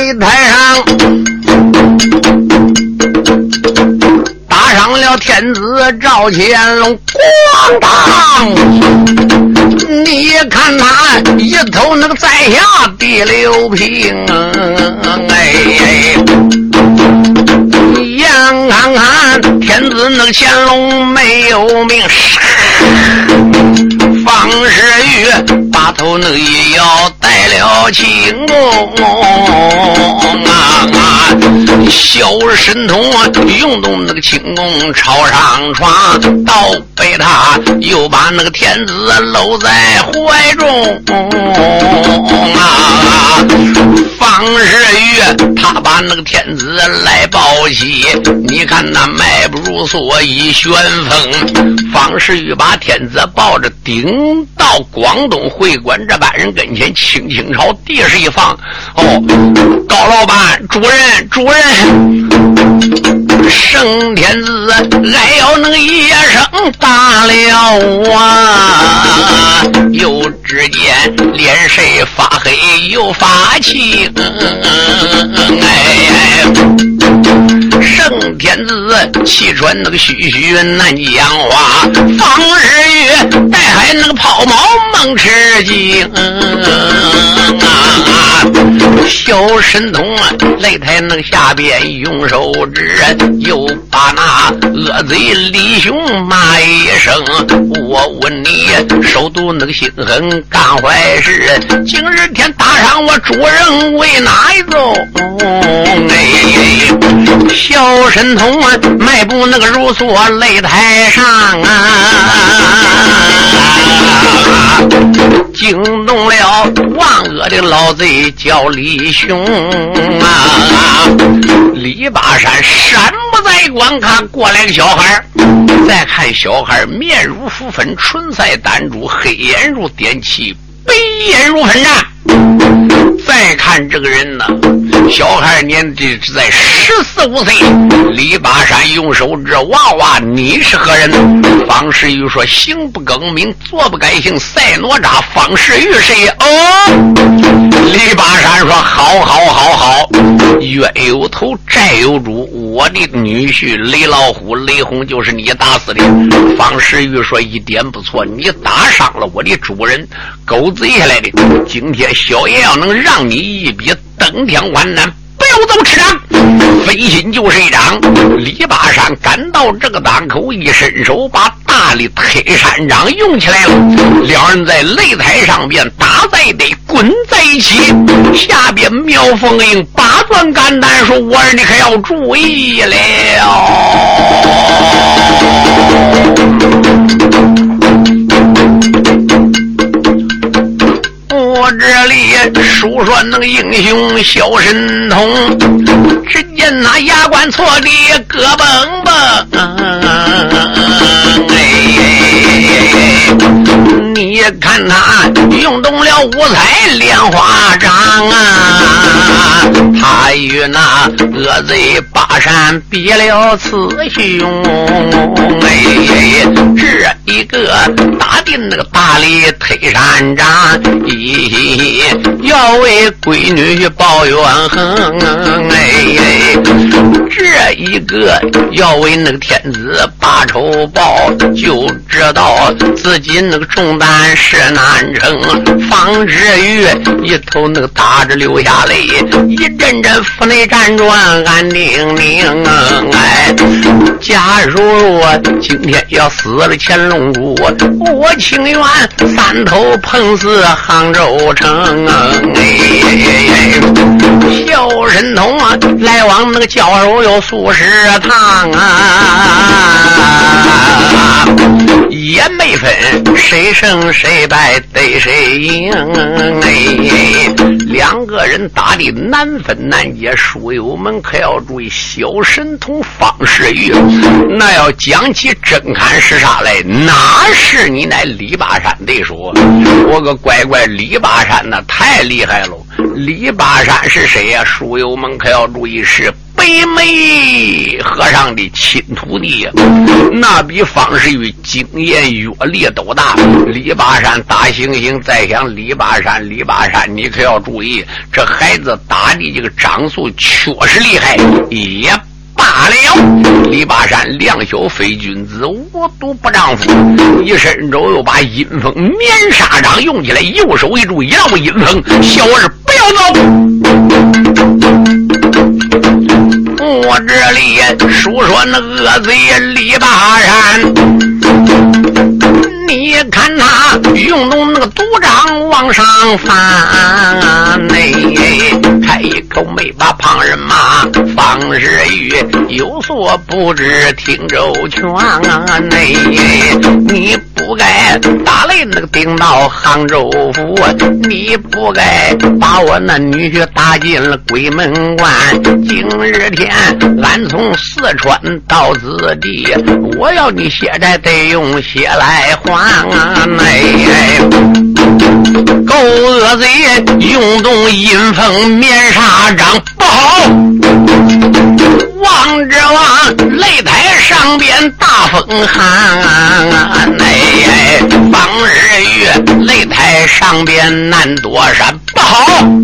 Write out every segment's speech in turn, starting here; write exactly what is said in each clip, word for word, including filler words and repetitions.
擂台上打上了天子赵乾隆，咣当！你看他一头那个在下第六平，哎，眼看看天子那个乾隆没有命，方世玉把头那个也要带了轻功啊，小神童啊用动那个轻功朝上闯，倒被他又把那个天子搂在怀中啊，方世玉他把那个天子来抱起，你看那迈不如所以旋风，方世玉把天子抱着顶到广东会馆这班人跟前，轻轻朝地上一放。哦，高老板，主人，主人，圣天子俺要能一声大了啊！又只见脸谁发黑又发青，哎，圣天子气喘那个吁吁难讲话，方世玉带还那个抛锚梦吃惊啊！小神童啊，擂台那个下边用手指，又把那恶贼李雄骂一声。我问你，首都那个心狠干坏事，今日天打上我主人为哪一奏？哎，小神童啊，迈步那个如梭擂台上啊，惊动了万恶的老贼叫李雄啊！李八山山不在观看，过来个小孩，再看小孩面如浮粉，唇赛丹珠，黑眼如点漆，白眼如粉战。再看这个人呢，小孩年纪只在十四五岁。李八山用手指，娃娃你是何人？方世玉说：行不更名，坐不改姓，赛哪吒。方世玉谁？哦，李八山说：好好好好，冤有头债有主，我的女婿雷老虎雷洪就是你打死的。方世玉说：一点不错，你打伤了我的主人，狗贼下来的。今天小爷要能让你一笔登天万难，不要走吃掌，分心就是一掌。李八山赶到这个档口，一伸手把大力推山掌用起来了，两人在擂台上边打在得滚在一起。下边苗凤英八段肝胆说：我儿你可要注意了，我这里述说那个英雄小神童，只见那牙关错的咯嘣嘣，哎，你看他用动了五彩莲花掌啊，他与那恶贼巴山比了雌雄，哎，这一个打的那个大力推山掌，咦，要为闺女报冤恨，哎，这一个要为那个天子把仇报，就知道自己那个重担是难成。方世玉一头那个打着流下泪，一阵阵腹内辗转安定定，哎，假如我今天要死了乾隆主，我情愿三头碰死杭州城，哎，小神童啊，来往那个教授有素食堂啊，也没分谁胜谁败对谁赢，哎，两个人打的难分难解，书友们可要注意，小神童方世玉那要讲起真砍实杀来，哪是你乃李八山对手？我个乖乖，李八山那太厉害了。李八山是谁呀、啊？书友们可要注意，是北梅和尚的亲徒弟，那比方世玉经验阅历都大。李八山打猩猩，再想李八山，李八山你可要注意，这孩子打的这个掌速确实厉害，也罢了。李八山两小非君子，无毒不丈夫。一伸手又把阴风面纱掌用起来，右手一住，要阴风，小儿不要走。我这里述说那恶贼李八山，你看他用动那个毒掌往上翻，内开一口没把旁人骂。方世玉有所不知听周全，内你不该打雷那个顶到杭州府，你不该把我那女婿打进了鬼门关。今日天俺从四川到此地，我要你血债得用血来还啊！哎，狗恶贼用动阴风面纱掌，不好！望着望擂台上边大风寒，哎，方日月擂台上边难躲闪，不好！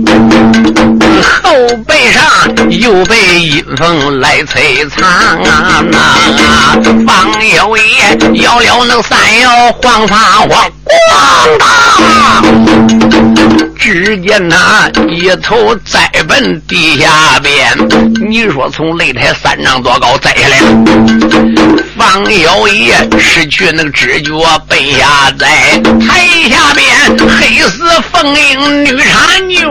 后背上又被阴风来摧残啊！方有爷摇了那三摇黄发黄咣当，只见他一头栽奔地下边，你说从擂台三丈多高栽下来，方有爷失去那个知觉奔下在台下边，黑死凤英女婵娟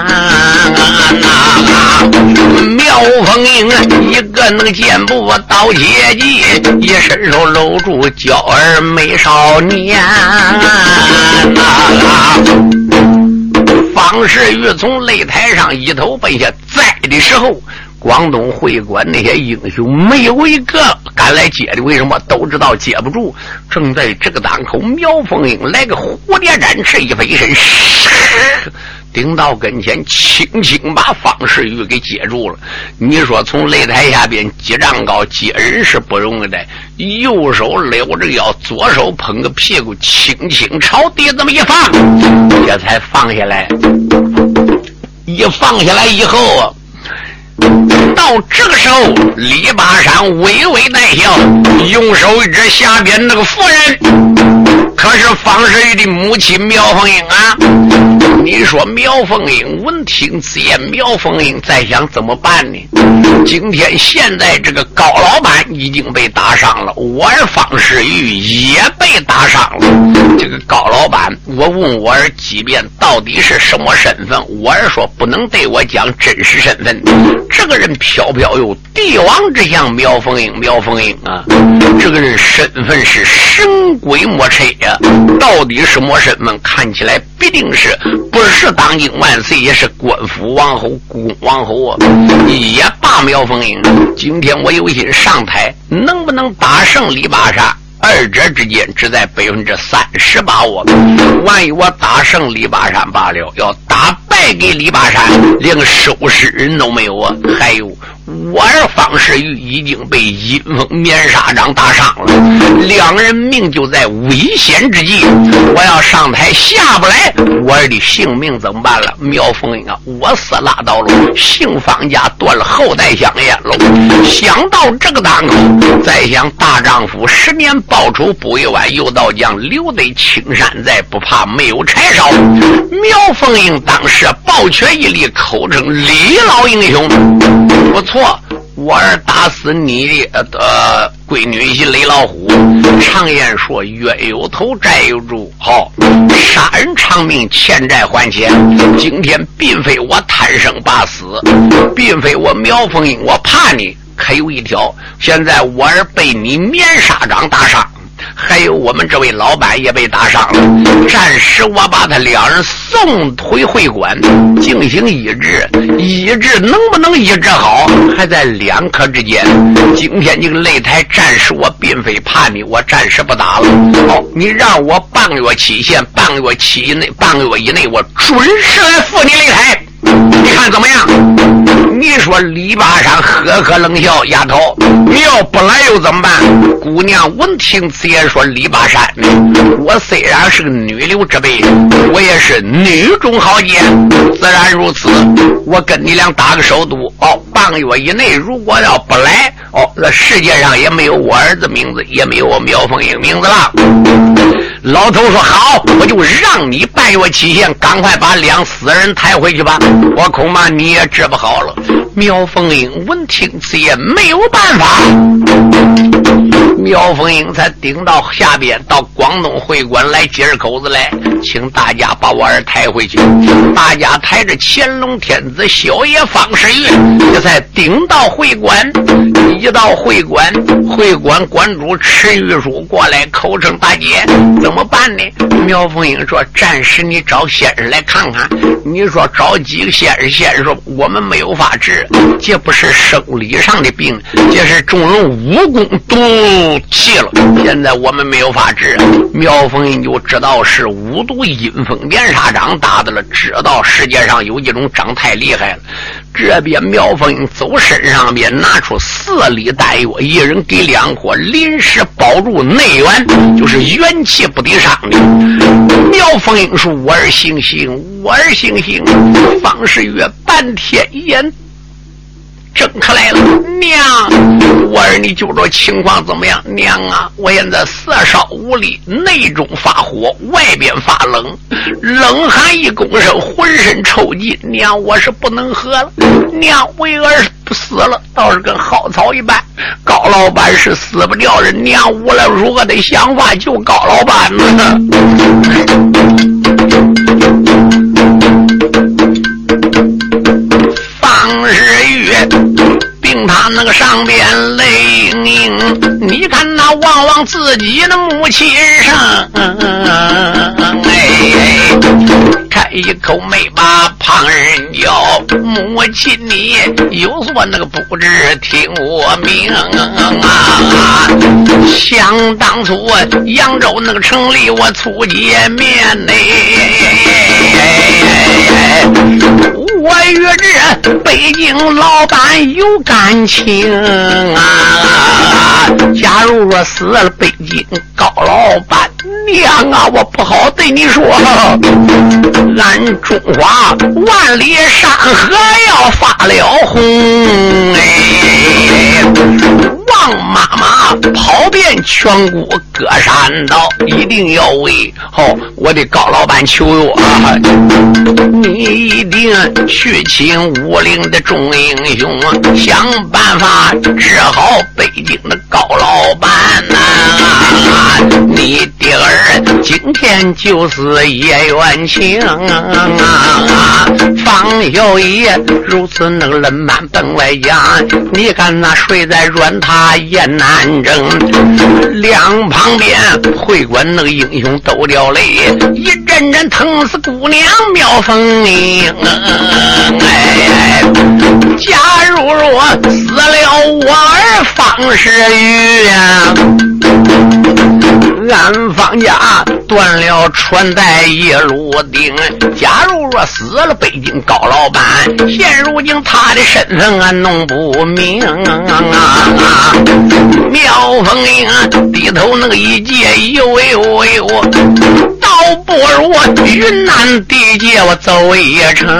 啊！苗凤英一个那个箭步刀切记，一伸手搂住娇儿美少年啊！方世玉从擂台上一头奔下栽的时候，广东会馆那些英雄没有一个敢来接的，为什么？都知道接不住。正在这个当口，苗凤英来个蝴蝶展翅一飞身，顶到跟前，轻轻把方世玉给接住了。你说从擂台下边几丈高接人是不容易的，右手搂着腰，左手捧个屁股，轻轻朝地这么一放，这才放下来。一放下来以后，到这个时候，李八山微微带笑，用手一指下边那个妇人，可是方世玉的母亲苗凤英啊！你说苗凤英闻听此言，苗凤英在想怎么办呢？今天现在这个高老板已经被打伤了，我儿方世玉也被打伤了。这个高老板，我问我儿几遍，到底是什么身份？我儿说不能对我讲真实身份。这个人飘飘有帝王之相，苗凤英，苗凤英啊，这个人身份是神鬼莫测呀、啊，到底什么身份？看起来必定是不是当今万岁，也是官府王侯、故宫王侯啊！也罢，苗凤英，今天我有心上台，能不能打胜李八杀？二者之间只在百分之三十把握。万一我打胜李八山罢了，要打败给李八山，连个收拾人都没有啊！还有我儿方世玉已经被阴风面纱掌打伤了，两人命就在危险之际，我要上台下不来，我儿的性命怎么办了？苗凤英啊，我死拉倒了，姓方家断了后代香烟喽。想到这个当口，再想大丈夫十年报仇不一晚，又到将留得青山在，不怕没有柴烧。苗凤英当时抱拳一礼，口称李老英雄。不错，我儿打死你的呃闺女婿雷老虎。常言说冤有头债有主，好、哦、杀人偿命，欠债还钱。今天并非我贪生怕死，并非我苗凤英我怕你，可有一条，现在我儿被你面纱掌打伤，还有我们这位老板也被打伤了，暂时我把他两人送回会馆进行医治，医治能不能医治好还在两可之间。今天这个擂台暂时我并非怕你，我暂时不打了。好，你让我半个月期限，半个月期内半个月以内我准时来赴你擂台。 你看怎么样？你说李八山呵呵冷笑，丫头，你要不来又怎么办？姑娘闻听此言说，李八山，我虽然是个女流之辈，我也是女中豪杰，自然如此。我跟你俩打个首赌，哦，半个月以内如果要不来，哦，那世界上也没有我儿子名字，也没有我苗凤英名字了。老头说好，我就让你半月期限，赶快把两死人抬回去吧，我恐怕你也治不好了。苗凤英闻听此言，没有办法，苗凤英才顶到下边，到广东会馆来接着口子来，请大家把我儿抬回去。大家抬着乾隆天子、小爷方世玉，这才顶到会馆。一到会馆，会馆馆主池玉书过来口称大姐，怎么办呢？苗凤英说，暂时你找先生来看看。你说找几个先生？先生说我们没有法治，这不是生理上的病，这是中人武功毒气了，现在我们没有法治。苗凤英就知道是五毒阴风连沙掌打的了，知道世界上有几种掌太厉害了。这边苗凤英走身上边拿出四粒丹药，一人给两颗，临时保住内源，就是元气不抵伤的。苗凤英说，我儿醒醒，我儿醒醒。方世玉半天眼睁开来了，娘，我儿你就说情况怎么样？娘啊，我现在色少无力，内中发火，外边发冷，冷寒一攻身，浑身抽筋。娘，我是不能喝了。娘，为儿不死了，倒是跟蒿草一般。高老板是死不掉人，娘无论如何得想法救高老板呢。方世玉病榻那个上边泪盈盈，你看那望望自己的母亲上，哎，开一口没把旁人叫，母亲你有所那个不知听我命啊！想当初扬州那个城里我初见面呢，我与这北京老板有感情啊！假如说死了北京高老板，娘啊，我不好对你说，俺中华万里山河要发了红哎！王妈妈跑遍全国各山道，一定要为哦我的高老板求我啊！你一定去请武陵的众英雄，想办法治好北京的高老板呐、啊！你爹儿今天就是叶元庆啊！方小爷如此那个冷慢本外家，你看那睡在软榻也难争。两旁边会馆那个英雄都掉泪，一阵阵疼死姑娘苗凤英。哎，假如若死了我儿方世玉啊，俺方家断了传带一路钉。假如若死了北京高老板，现如今他的身份俺弄不明啊！苗凤英低头那个一介呦呦呦，倒不如云南地界我走一程。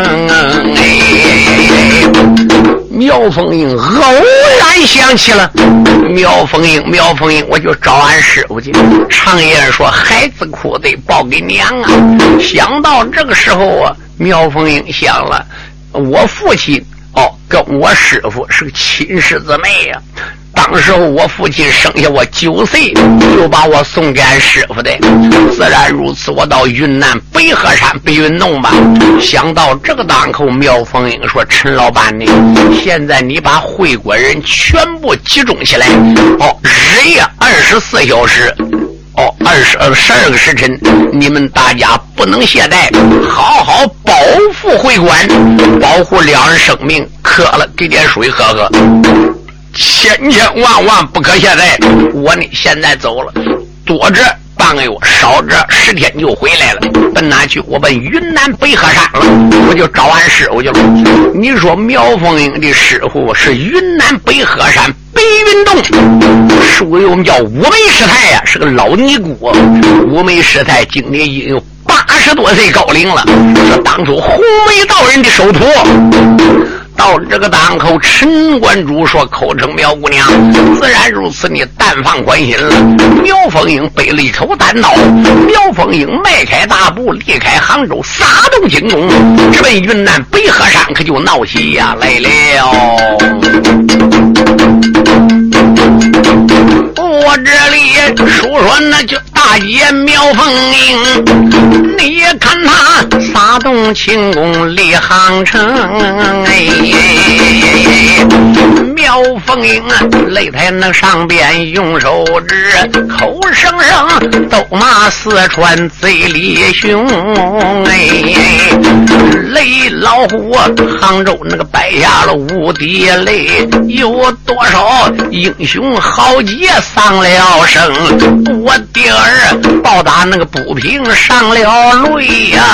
哎，苗凤英偶然想起了苗凤英，苗凤英，我就找俺师傅去。常言说孩子哭得报给娘啊！想到这个时候啊，苗凤英想了，我父亲哦跟我师傅是个亲师姊妹呀、啊。当时候我父亲生下我九岁，就把我送给俺师傅的。自然如此，我到云南北河山白云弄吧。想到这个档口，苗凤英说：“陈老板呢？现在你把会馆人全部集中起来，哦，日夜二十四小时。”哦，二十呃十二个时辰，你们大家不能懈怠，好好保护会馆，保护两人生命。渴了给点水喝喝，千千万万不可懈怠。我呢现在走了，多着半放给我，少这十天就回来了。奔哪去？我奔云南北河山了，我就找俺师傅去了。你说苗凤英的师傅是云南北河山北云洞，属于我们叫五梅师太呀、啊，是个老尼姑。五梅师太今年已经有八十多岁高龄了，是当初红梅道人的首徒。到了这个档口，陈观主说口称苗姑娘，自然如此，你但放宽心了。苗凤英背了一口单刀，苗凤英迈开大步离开杭州，撒动精功，直奔云南北河山，可就闹起呀来了。我这里说说那就大姐苗凤英，你看她撒动轻功立杭城，哎，苗凤英擂台那上边用手指，口声声都骂四川贼李雄，哎，雷老虎杭州那个摆下了无敌擂，有多少英雄豪杰丧了生，我的儿报答那个不平上了泪呀、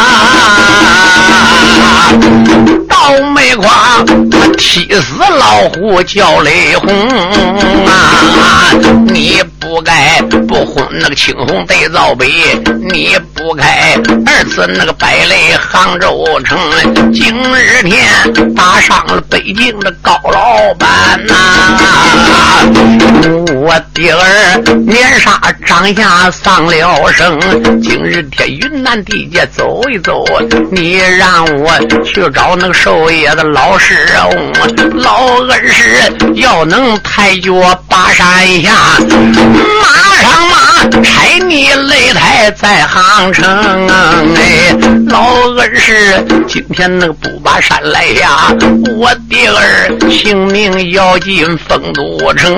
啊，倒霉狂踢死老虎叫雷轰啊，你不该不婚那个青红对造北，你不该二次那个摆擂杭州城，今日天打伤了北京的高老板呐、啊，我的儿年杀张下丧了生，今日天云南地界走一走，你让我去找那个寿爷的老师翁，老恩师要能抬脚巴山下，马上马拆你擂台在杭城，哎，老恩师今天那个不把山来下，我的儿性命要进丰都城。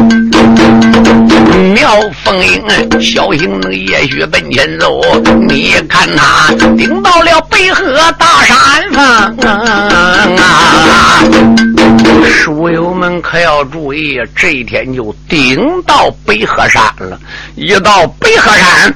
苗凤英小心那个也许奔前走，你看他顶到了北河大山峰啊！书友们可要注意，这一天就顶到北河山了。一到北河山，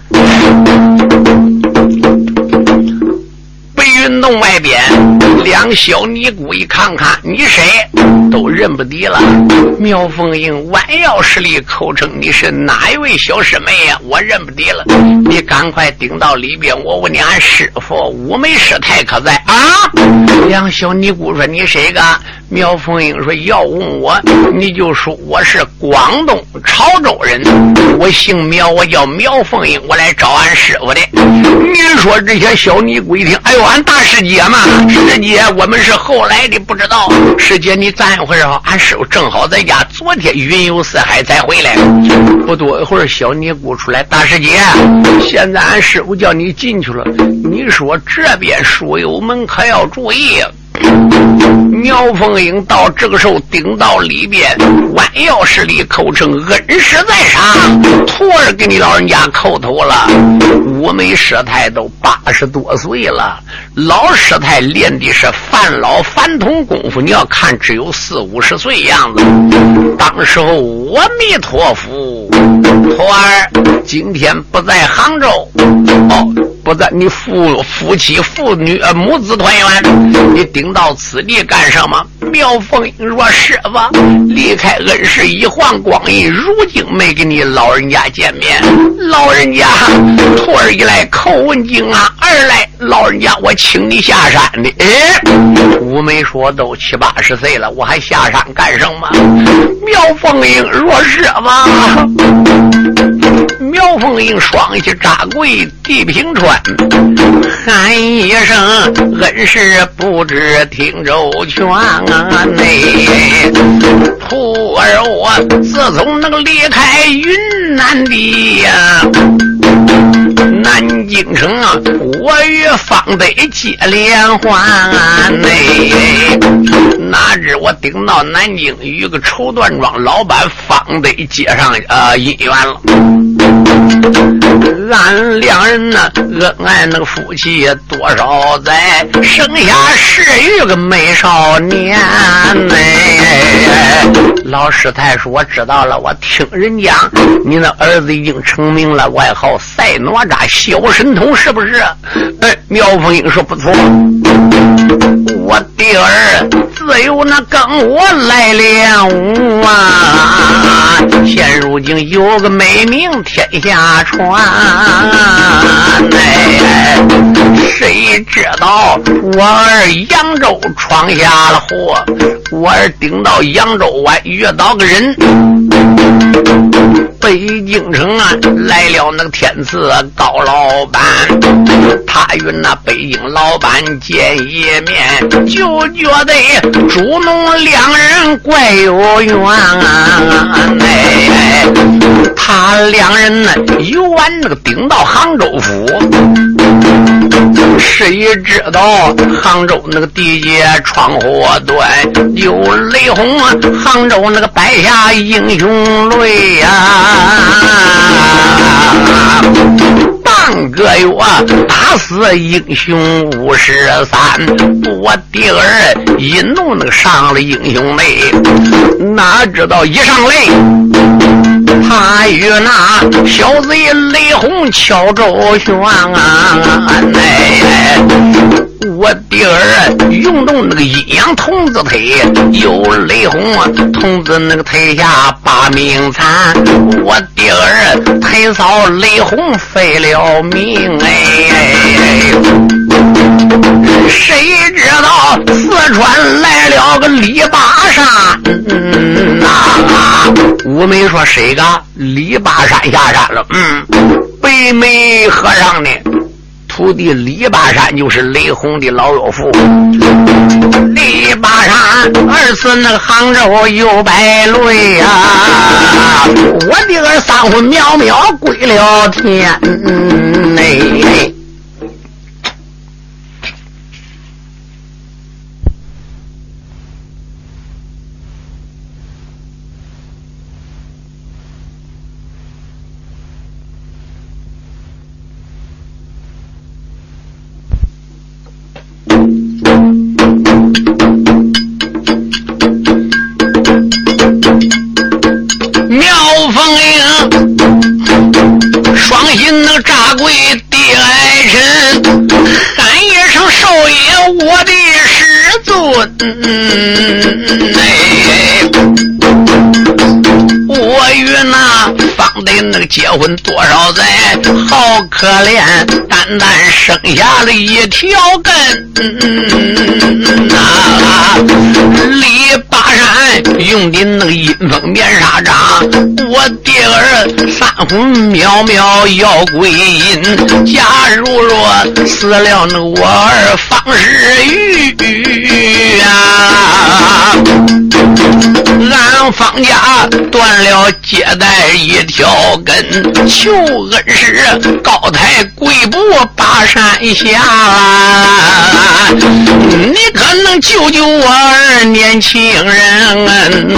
北云洞外边，两小尼姑一看看你谁，都认不敌了。苗凤英弯腰施力口称你是哪一位小师妹呀、啊？我认不敌了，你赶快顶到里边，我问你俺师傅五梅师太可在啊？两小尼姑说你谁个？苗凤英说要问我，你就说我是广东潮州人，我姓苗，我叫苗凤英，我来找俺师傅的。你说这些小尼姑一听，哎呦，俺大师姐嘛，师姐我们是后来的，不知道。师姐你暂一会儿啊，俺师傅正好在家，昨天云游四海才回来。不多一会儿，小尼姑出来，大师姐，现在俺师傅叫你进去了，你说这边书友们可要注意。苗凤英到这个时候顶到里边，弯腰施力口称恩师在上，徒儿给你老人家叩头了。五梅师太都八十多岁了，老师太练的是返老返童功夫，你要看只有四五十岁样子。当时候阿弥陀佛，徒儿今天不在杭州哦，不在你夫夫妻父女呃母子团圆，你顶到此地干什么？苗凤英说师傅离开恩师一晃光阴，如今没跟你老人家见面，老人家徒儿一来叩问经啊，二来老人家我请你下山的。哎，五梅说都七八十岁了，我还下山干什么？苗凤英说师傅，苗凤英双膝扎跪地平川，喊一声恩师不知听周全啊！内徒儿我自从那个离开云南的呀、啊、南京城啊，我与方得接连环内，哪知我顶到南京与个绸缎庄老板方得接上呃姻缘了。 俺两人呢恩爱那个夫妻多少载，生下十余个美少年。哎，老师太说我知道了，我听人讲你那儿子已经成名了，外号赛哪吒小神童，是不是？哎，苗凤英说不错，我的儿自有那跟我来练武啊，现如今有个美名天下传。哎，谁知道我儿扬州闯下了祸，我儿顶到扬州湾遇到个人，北京城啊来了那个天赐高老板，他与那北京老板见一面，就觉得主农两人怪有缘啊。哎，他两人呢游完那个顶到杭州府，谁知道杭州那个地界闯祸端，有雷轰啊，杭州那个摆下英雄泪啊，半个月打死英雄五十三，我的儿一怒那个上了英雄泪，哪知道一上泪他与那小贼雷轰敲周旋啊。哎，我的儿用动那个阴阳童子腿，有雷轰啊童子那个腿下把命残，我的儿腿扫雷轰废了命。哎，谁知道四川来了个李巴山、嗯、啊，吴梅说谁个李巴山下山了？嗯，北梅和尚呢徒弟李巴山就是雷轰的老岳父。李巴山二次那个杭州有百累啊，我的儿三魂渺渺归了天。嗯，哎，扎跪地哀臣，喊一声少爷我的师尊。哎，我与那方得那个结婚多少载，好可怜，单单生下了一条根。啊，李巴山用的那个阴风面纱掌，我的儿三魂渺渺要归阴，假如若死了那我儿方世玉啊，俺方家断了接待一条根，求恩师高抬贵步巴山下，你可能救救我儿年轻人呢？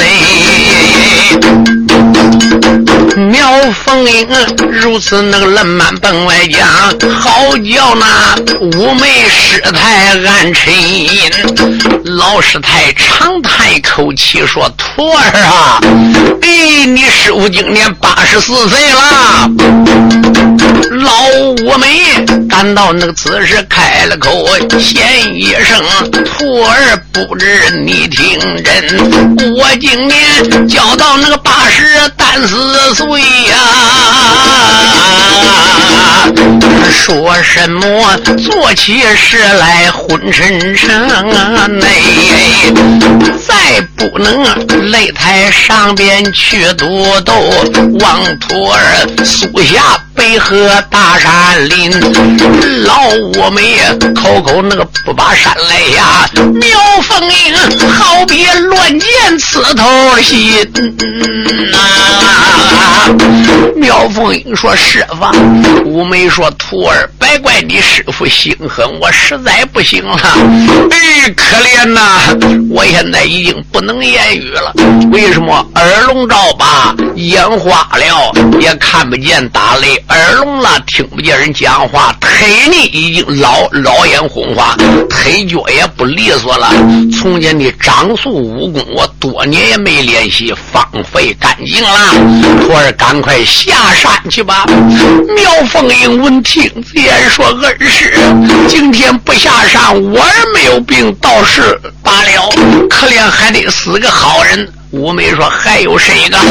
苗凤英如此那个冷慢本外讲，好叫那五妹师太暗沉吟。老师太长叹一口气说：“徒儿啊，哎，你师傅今年八十四岁了。”老五妹感到那个此时开了口，先一声：“徒儿不知你听真，我今年交到那个八十单四岁呀、啊，说什么做起事来昏沉沉啊！哎，再不能擂台上边去赌斗，望徒儿速下北河大山林。老我们也口口那个不把山来下，苗凤英好比乱箭刺透心啊！苗凤英说：“师傅。”五妹说：“徒儿白白怪你师傅心狠，我实在不行了。哎，可怜呐，我现在已经不能言语了。为什么？耳聋照吧，眼花了，也看不见打雷，耳聋了，听不见人讲话，腿呢已经老老眼昏花，腿脚也不利索了。从前的掌速武功，我多年也没练习，荒废干净了。徒儿赶快下山去吧。苗凤英闻听自言说：“恩师，今天不下山，我儿没有病，倒是罢了，可怜还得死个好人。”吴梅说：“还有谁个？”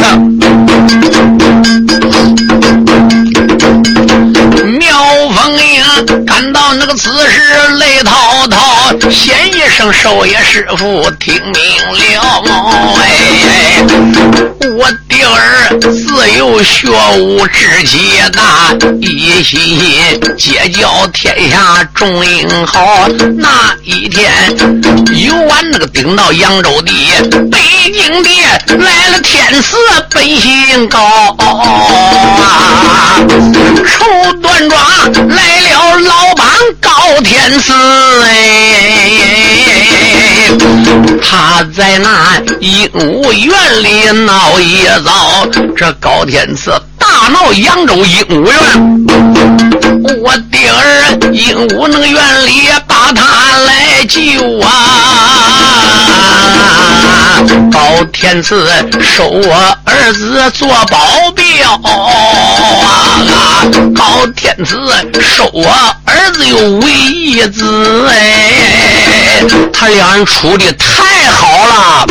苗凤英感到那个此时泪滔滔，先一声寿爷师傅听明了。哎，我的儿自有学武志气大，一心结交天下众英豪。那一天游玩那个顶到扬州地，北京地来了天赐本性高啊，抽端庄来了老板高天赐。哎，他在那鹦鹉园里闹一遭，这高天赐大闹扬州鹦鹉园，我的儿鹦鹉那个园里把他来救啊。高天赐收我儿子做保镖啊，高天赐收我儿子有唯一子。哎，他两人处的太好了，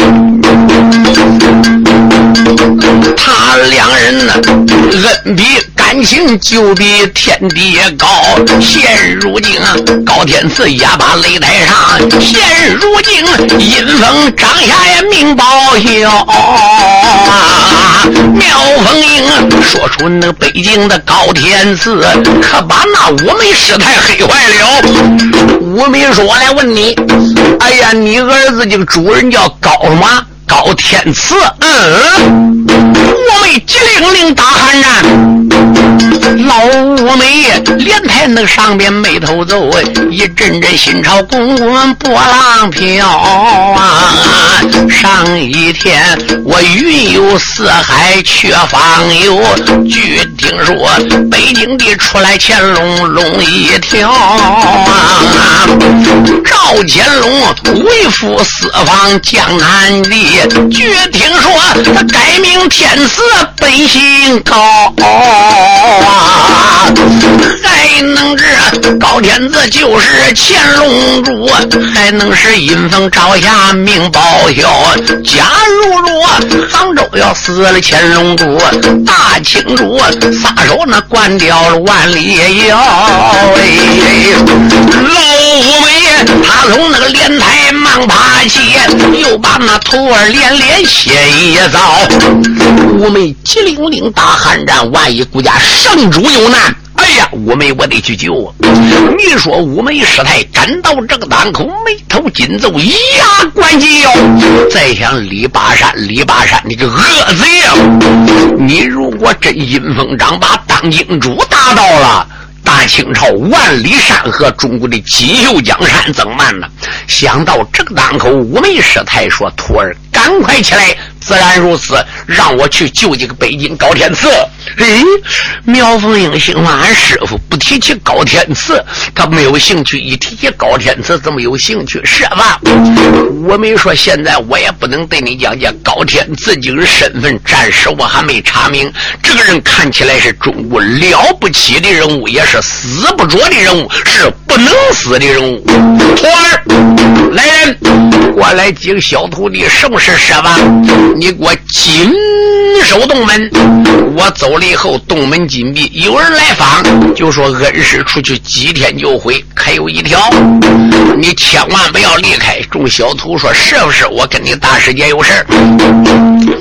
他两人呢恩比感情就比天地高。现如今高天赐哑巴擂台上，现如今阴风掌下也命报销啊。苗凤英说出那北京的高天赐，可把那五梅师太黑坏了。五梅说：“我来问你，哎呀，你儿子这个主人叫高什么？高天赐。嗯，我们急灵灵打寒战，老五梅连台那上边眉头皱，一阵阵心潮滚滚波浪飘啊。上一天我云游四海去访游，据听说北京的出来乾隆龙一条啊，赵乾隆为父四方江南地，据听说他改名天赐本性高啊，还能是高天赐就是乾隆主，还能是阴风照下命报销。假如若杭州要死了乾隆主，大清主撒手那关掉了万里遥。哎，老五梅他从那个莲台忙爬起，又把那徒儿连连写一遭。五梅急灵灵打寒战，万一顾家圣主有难，哎呀，五梅我得去救啊！你说五梅师太赶到这个档口，眉头紧皱，牙关紧咬。再想李巴山，李巴山你个恶贼啊！你如果真阴风掌把当英主打到了，大清朝万里山河，中国的锦绣江山怎么办呢？想到这个档口，五梅师太说：“徒儿，赶快起来！”自然如此，让我去救这个北京高天赐。哎，苗凤英心话，俺师傅不提起高天赐，他没有兴趣；一提起高天赐，怎么有兴趣？是吧？我没说，现在我也不能对你讲讲高天赐这个身份，暂时我还没查明。这个人看起来是中国了不起的人物，也是死不着的人物，是不能死的人物。徒儿，来人，过来几个小徒弟，什么事说吧？你给我紧守洞门，我走了以后洞门紧闭，有人来访就说恩师出去几天就回，可有一条你千万不要离开。众小徒说是不是？我跟你大师姐有事。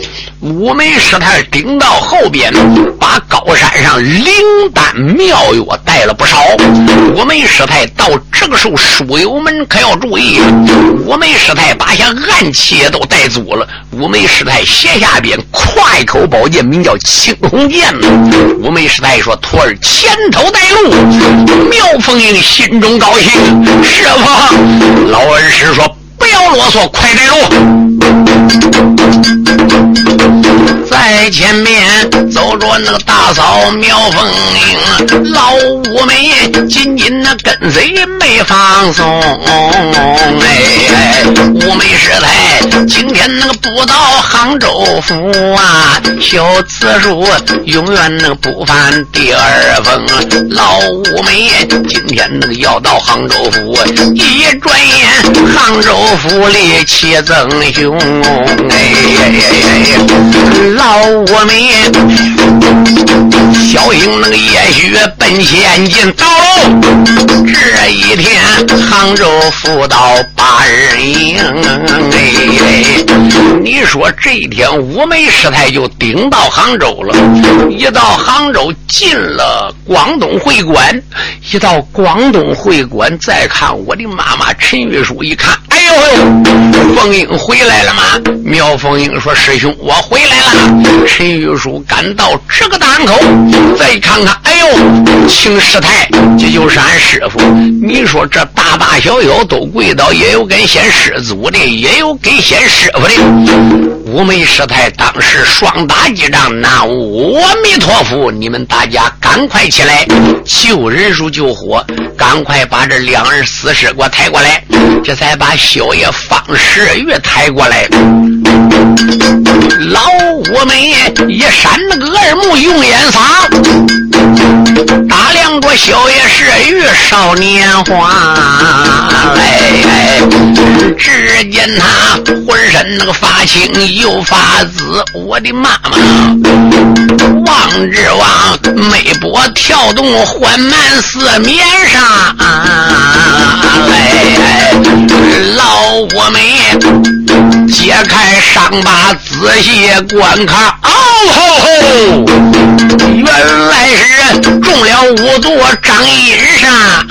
五枚师太顶到后边，把高山上灵丹妙药带了不少。五枚师太到这个时候，书友们可要注意，五枚师太把下暗器也都带足了。五枚师太斜下边挎一口宝剑，名叫青红剑。五枚师太说：“徒儿前头带路。”苗凤英心中高兴，师傅，老恩师说：“不要啰嗦，快带路。”在前面走着那个大嫂苗凤英，老五梅紧紧的跟随没放松。哎，五梅师太今天那个不到杭州府啊，小次数永远那个不犯第二封。老五梅今天那个要到杭州府，一转眼杭州府里气增凶。哎，老我们小英那个也许奔县进到这一天杭州府到八日营。哎，你说这一天五枚师太就顶到杭州了，一到杭州进了广东会馆，一到广东会馆再看我的妈妈陈玉书，一看，哎呦，凤英回来了吗？苗凤英说：“师兄，我回来了。”陈玉书赶到这个档口，再看看，哎呦，秦师太，这就是俺师傅。你说这大大小小都跪倒，也有跟显师祖的，也有给显师傅的。五枚师太当时双打几仗，南无阿弥陀佛！你们大家赶快起来，救人数救火，赶快把这两人死尸给我抬过来，这才把小爷方世玉抬过来。老五们一闪那个二目，用眼撒，打量着小爷世玉少年华。哎，只见他浑身那个发青又发紫，我的妈妈，望之望眉波跳动，缓慢四面上。哎，老我们揭开伤疤仔细观看，哦吼吼，原来是中了五毒张印上。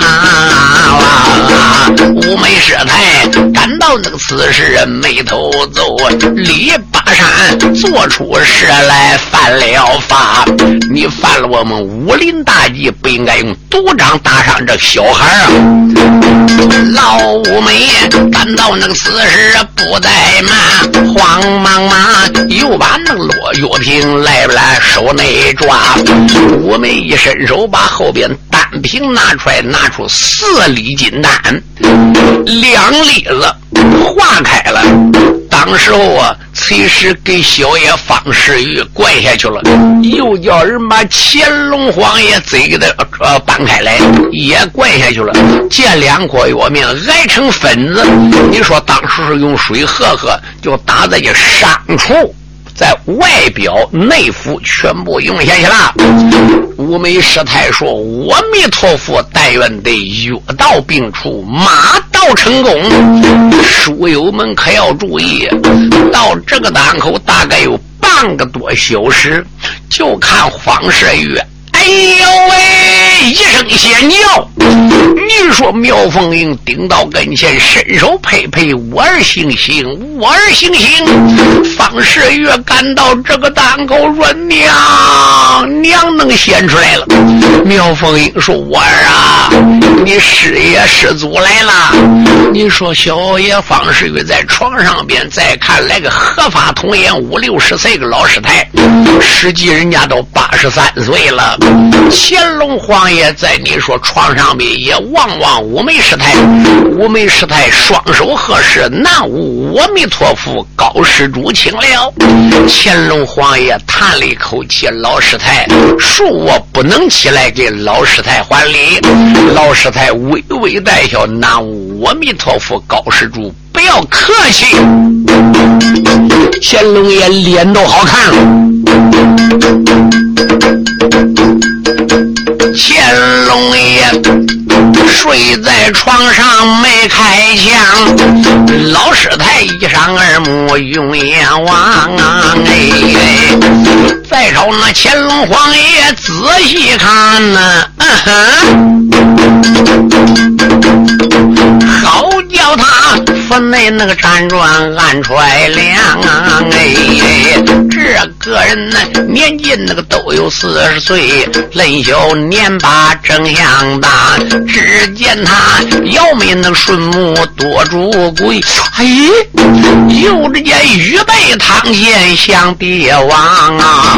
五枚师太赶到那个此时眉头皱，李巴山做出事来犯了法。你犯了我们武林大忌，不应该用毒掌打伤这小孩啊！老五梅赶到那个此时不怠慢，慌忙忙又把那个罗玉瓶来不来手内抓。五梅一伸手把后边单瓶拿出来，拿出四粒金丹，两粒子化开了。当时候啊，崔氏给小爷方世玉灌下去了，又叫人把乾隆皇爷嘴给他呃搬开来，也灌下去了。这两颗药面挨成粉子，你说当时是用水喝喝，就打在这伤处，在外表内服全部用下去了。五枚师太说：“阿弥陀佛，但愿得药到病除，马到成功。”书友们可要注意，到这个档口大概有半个多小时，就看方世玉，哎呦喂，一声仙叫，你说苗凤英顶到跟前，伸手呸呸，我儿行行，我儿行行。方世玉赶到这个档口说：“娘娘能显出来了。”苗凤英说：“我儿啊，你师爷师祖来了。”你说小爷方世玉在床上边再看来个合法童颜五六十岁个老师太，实际人家都八十三岁了。乾隆皇爷在你说床上边也望望五枚师太，五枚师太双手合十，南无阿弥陀佛，高施主请了。乾隆皇爷叹了一口气，老师太恕我不能起来给老师太还礼。老师太微微带笑，南无阿弥陀佛，高施主不要客气。乾隆爷脸都好看了。乾隆爷说睡在床上没开枪，老师太一上二目用眼望啊！哎，再瞅那乾隆皇爷仔细看呢、啊，嗯哼，好叫他分内那个辗转暗揣量啊！哎，这个人呢年纪那个都有四十岁，嫩小年把正相大，只见他腰眉那个顺目多珠贵，哎，又只见预备堂前向帝王啊！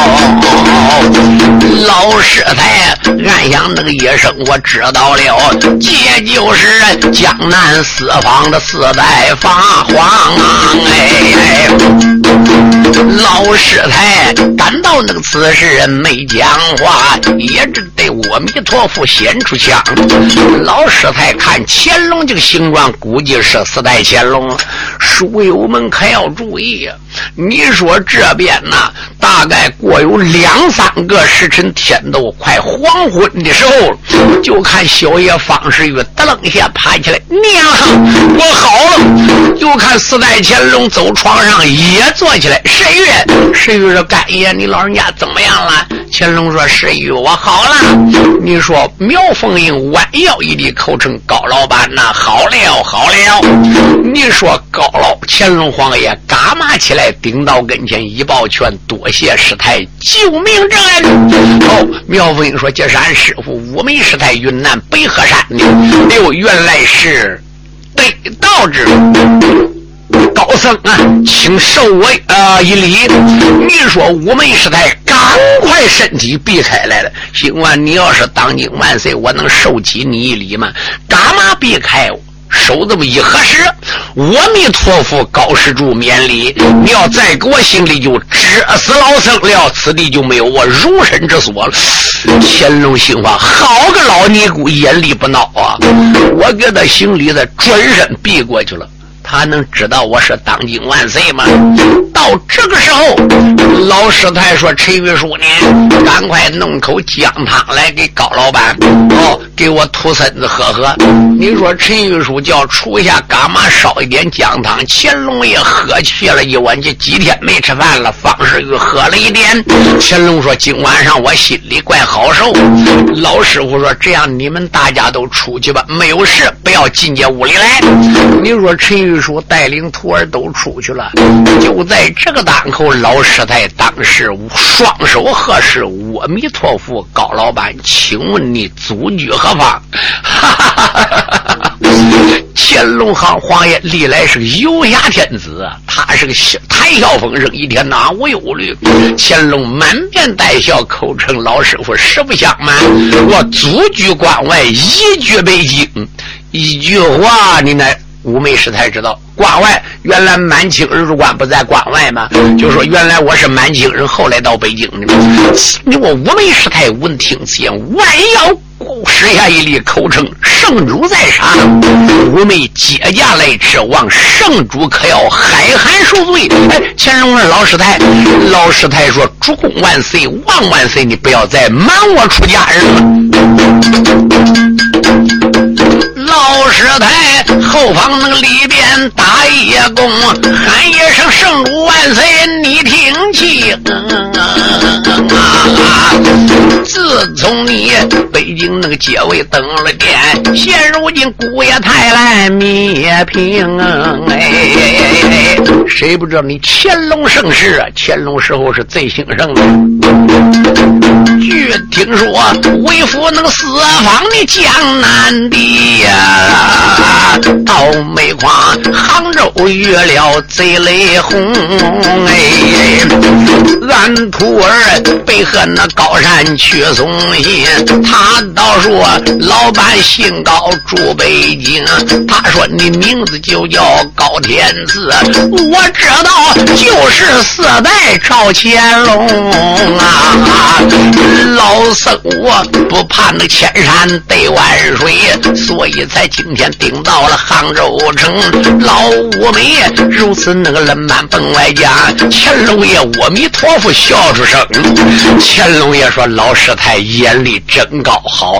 哦，老师才暗想那个一声我知道了，这就是江南四方的四代法皇啊！哎，老师才感到那个此事没讲话，也只得阿弥陀佛显出枪。老师才看乾隆这个形状，估计是四代乾隆。书友们可要注意啊！你说这边呢，大概过有两三个时辰，天都快黄昏的时候，就看小爷方世玉得楞一下爬起来，娘，我好了！就看四代乾隆走床上也坐起来，世玉，世玉说干爷，你老人家怎么样了？乾隆说世玉，我好了。你说苗凤英弯腰一粒口称高老板呐，好了好了。你说高老乾隆皇爷嘎嘛起来顶到跟前一抱拳，多谢师太救命之恩。哦，苗凤英说这是俺师傅五眉师太云南北河山的，哎呦，原来是得道之高僧啊，请受我呃一礼。你说五眉师太赶快身体避开来了，行啊，你要是当今万岁，我能受起你一礼吗？干嘛避开我？手这么一合十，阿弥陀佛，高施主免礼。你要再给我行礼，就治死老僧了，此地就没有我容身之所了。乾隆心话，好个老尼姑，眼力不孬啊！我给他行礼的，转身避过去了。他能知道我是当今万岁吗？到这个时候，老师太说陈玉书呢，赶快弄口姜汤来给高老板，哦，给我吐身子喝喝。你说陈玉书叫厨下干嘛烧一点姜汤，乾隆也喝去了一碗，这几天没吃饭了。方世玉喝了一点，乾隆说今晚上我心里怪好受。老师傅说这样你们大家都出去吧，没有事不要进这屋里来。你说陈玉书带领徒儿都出去了，就在这个档口，老师太当时双手合十，阿弥陀佛，高老板，请问你祖居何方？哈哈哈哈哈！乾隆皇皇爷历来是游侠天子啊，他是个谈笑风生，一天哪无忧虑。乾隆满面带笑，口称老师傅实不相瞒，我祖居关外，移居北京。一句话，你那五眉师太知道，关外原来满清日官不在关外吗？就说原来我是满清人，后来到北京的。你我五眉师太闻听此言，弯腰施下一粒口称圣主在上，五眉接驾来迟，望圣主可要海涵赎罪。哎，乾隆问老师太，老师太说主公万岁，万万岁，你不要再瞒我出家人了。老师太后方那个里边打一躬，喊一声圣主万岁，你听清啊！自从你北京那个街位登了殿，现如今姑爷太来灭平啊！哎，谁不知道你乾隆盛世啊？乾隆时候是最兴盛的。据听说为夫那个四方的江南地呀、啊，到煤矿杭州遇了贼雷轰，哎，俺徒儿背和那高山去送信，他倒说老板姓高住北京，他说你名字就叫高天赐，我知道就是四代赵乾隆啊，老僧我不怕那千山对万水，所以才今天顶到了杭州城。老五眉如此那个冷满奔外家，乾隆爷阿弥陀佛笑出声。乾隆爷说老师太眼力真高，好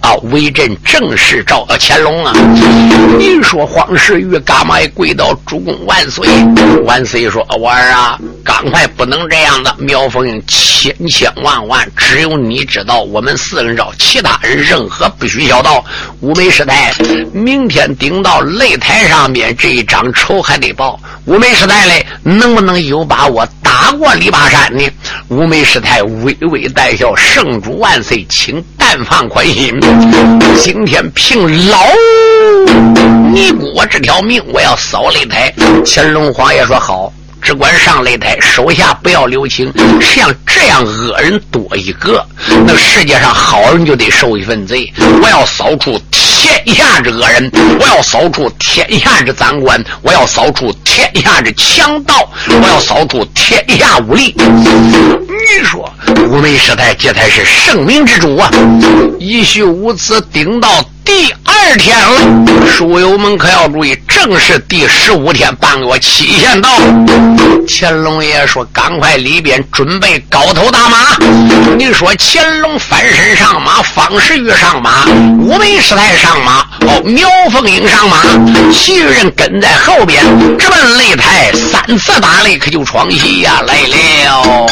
啊，为朕正式赵乾隆啊！你说黄世玉干嘛也跪到主公万岁？万岁说：“我儿啊，赶快不能这样的。苗凤英千千万万，只有你知道，我们四个人知道，其他人任何不许小道。五梅师太，明天顶到擂台上面，这一张仇还得报。五梅师太嘞，能不能有把握打过李巴山呢？”五梅师太微微带笑：“圣主万岁，请但放宽心。今天凭老尼姑我这条命，我要扫擂台。”乾隆皇爷说：“好，只管上擂台，手下不要留情。像这样恶人多一个，那世界上好人就得受一份罪。我要扫除天下之恶人，我要扫除天下之赃官，我要扫除天下之强盗，我要扫除天下无力。”你说五梅师太这才是圣明之主啊！一宿无子顶到第二天了，书友们可要注意，正是第十五天半个期限到。乾隆爷说：“赶快里边准备高头大马。”你说乾隆翻身上马，方世玉上马，五梅师太上马，哦，苗凤英上马，其余人跟在后边，直奔擂台，三次打擂可就闯戏呀、啊、来了。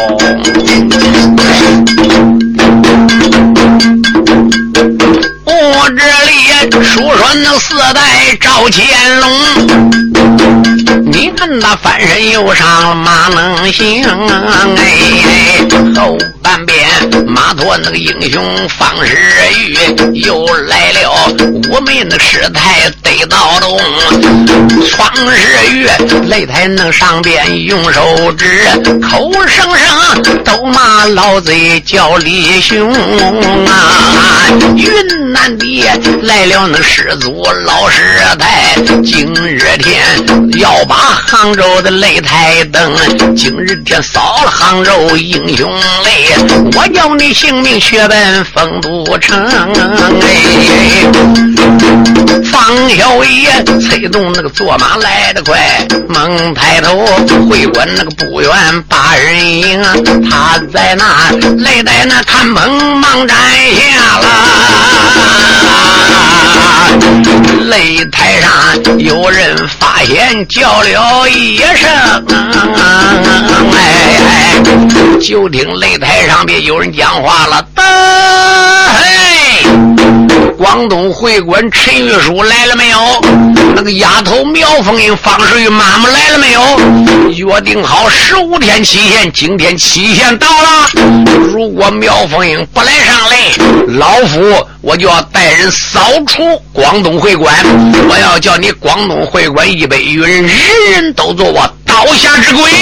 我这里书说那四代赵乾隆，你看他翻身又上马能行，哎，后半边马驮那个英雄方世玉又来了，我们那师太得到东，方世玉擂台那上边用手指，口声声都骂老贼叫李兄啊！云南的来了那师祖老师太，今日天要把杭州的擂台登，今日天扫了杭州英雄擂，我要你性命血本丰都城。哎，方小爷催动那个坐马来得快，猛抬头会馆那个不远八人营，他在那擂台那看崩忙站下了。擂台上有人发现叫了一声，哎哎，就听擂台上边有人讲话了，得嘿，广东会馆陈玉书来了没有？那个丫头苗凤英方世玉妈妈来了没有？约定好十五天期限，今天期限到了，如果苗凤英不来上擂，老夫我就要带人扫除广东会馆，我要叫你广东会馆一百余人，人人都做我刀下之鬼。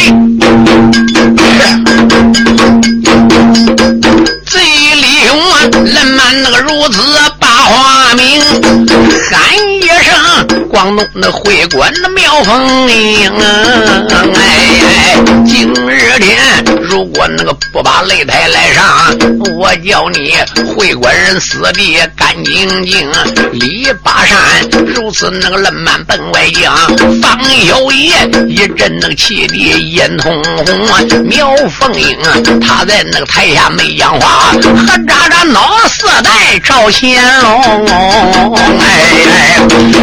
这李兄啊，人们那个如此把话明，喊一声广东的会馆的苗凤英，哎，今日天如果那个不把擂台来上，我叫你会馆人死地干净净。李巴山如此那个冷满本外将，方有爷一阵那个气的眼通红，苗凤英他在那个台下没讲话，和渣渣脑四代赵乾隆，哎，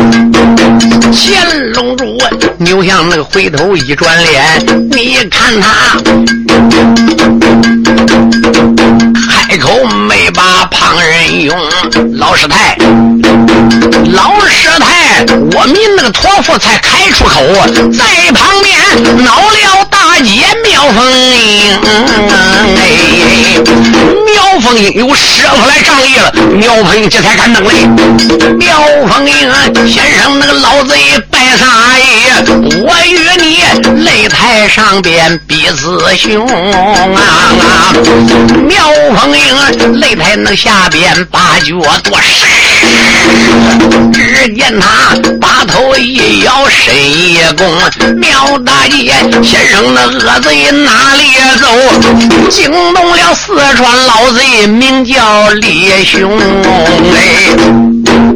乾隆主扭向那个回头一转脸，你看他开口没把旁人用，老师太老师太我们那个托付才开出口，在旁边恼了大姐苗凤英，哎，苗凤英有师傅来仗义了，苗凤英这才敢登擂。苗凤英先生那个老贼拜撒爷，我与你擂台上边彼此兄啊！苗凤英擂台那下边八脚多闪，只见他把头一摇伸一弓，苗大爷先生那恶贼哪里走，惊动了四川老贼名叫李兄，哎，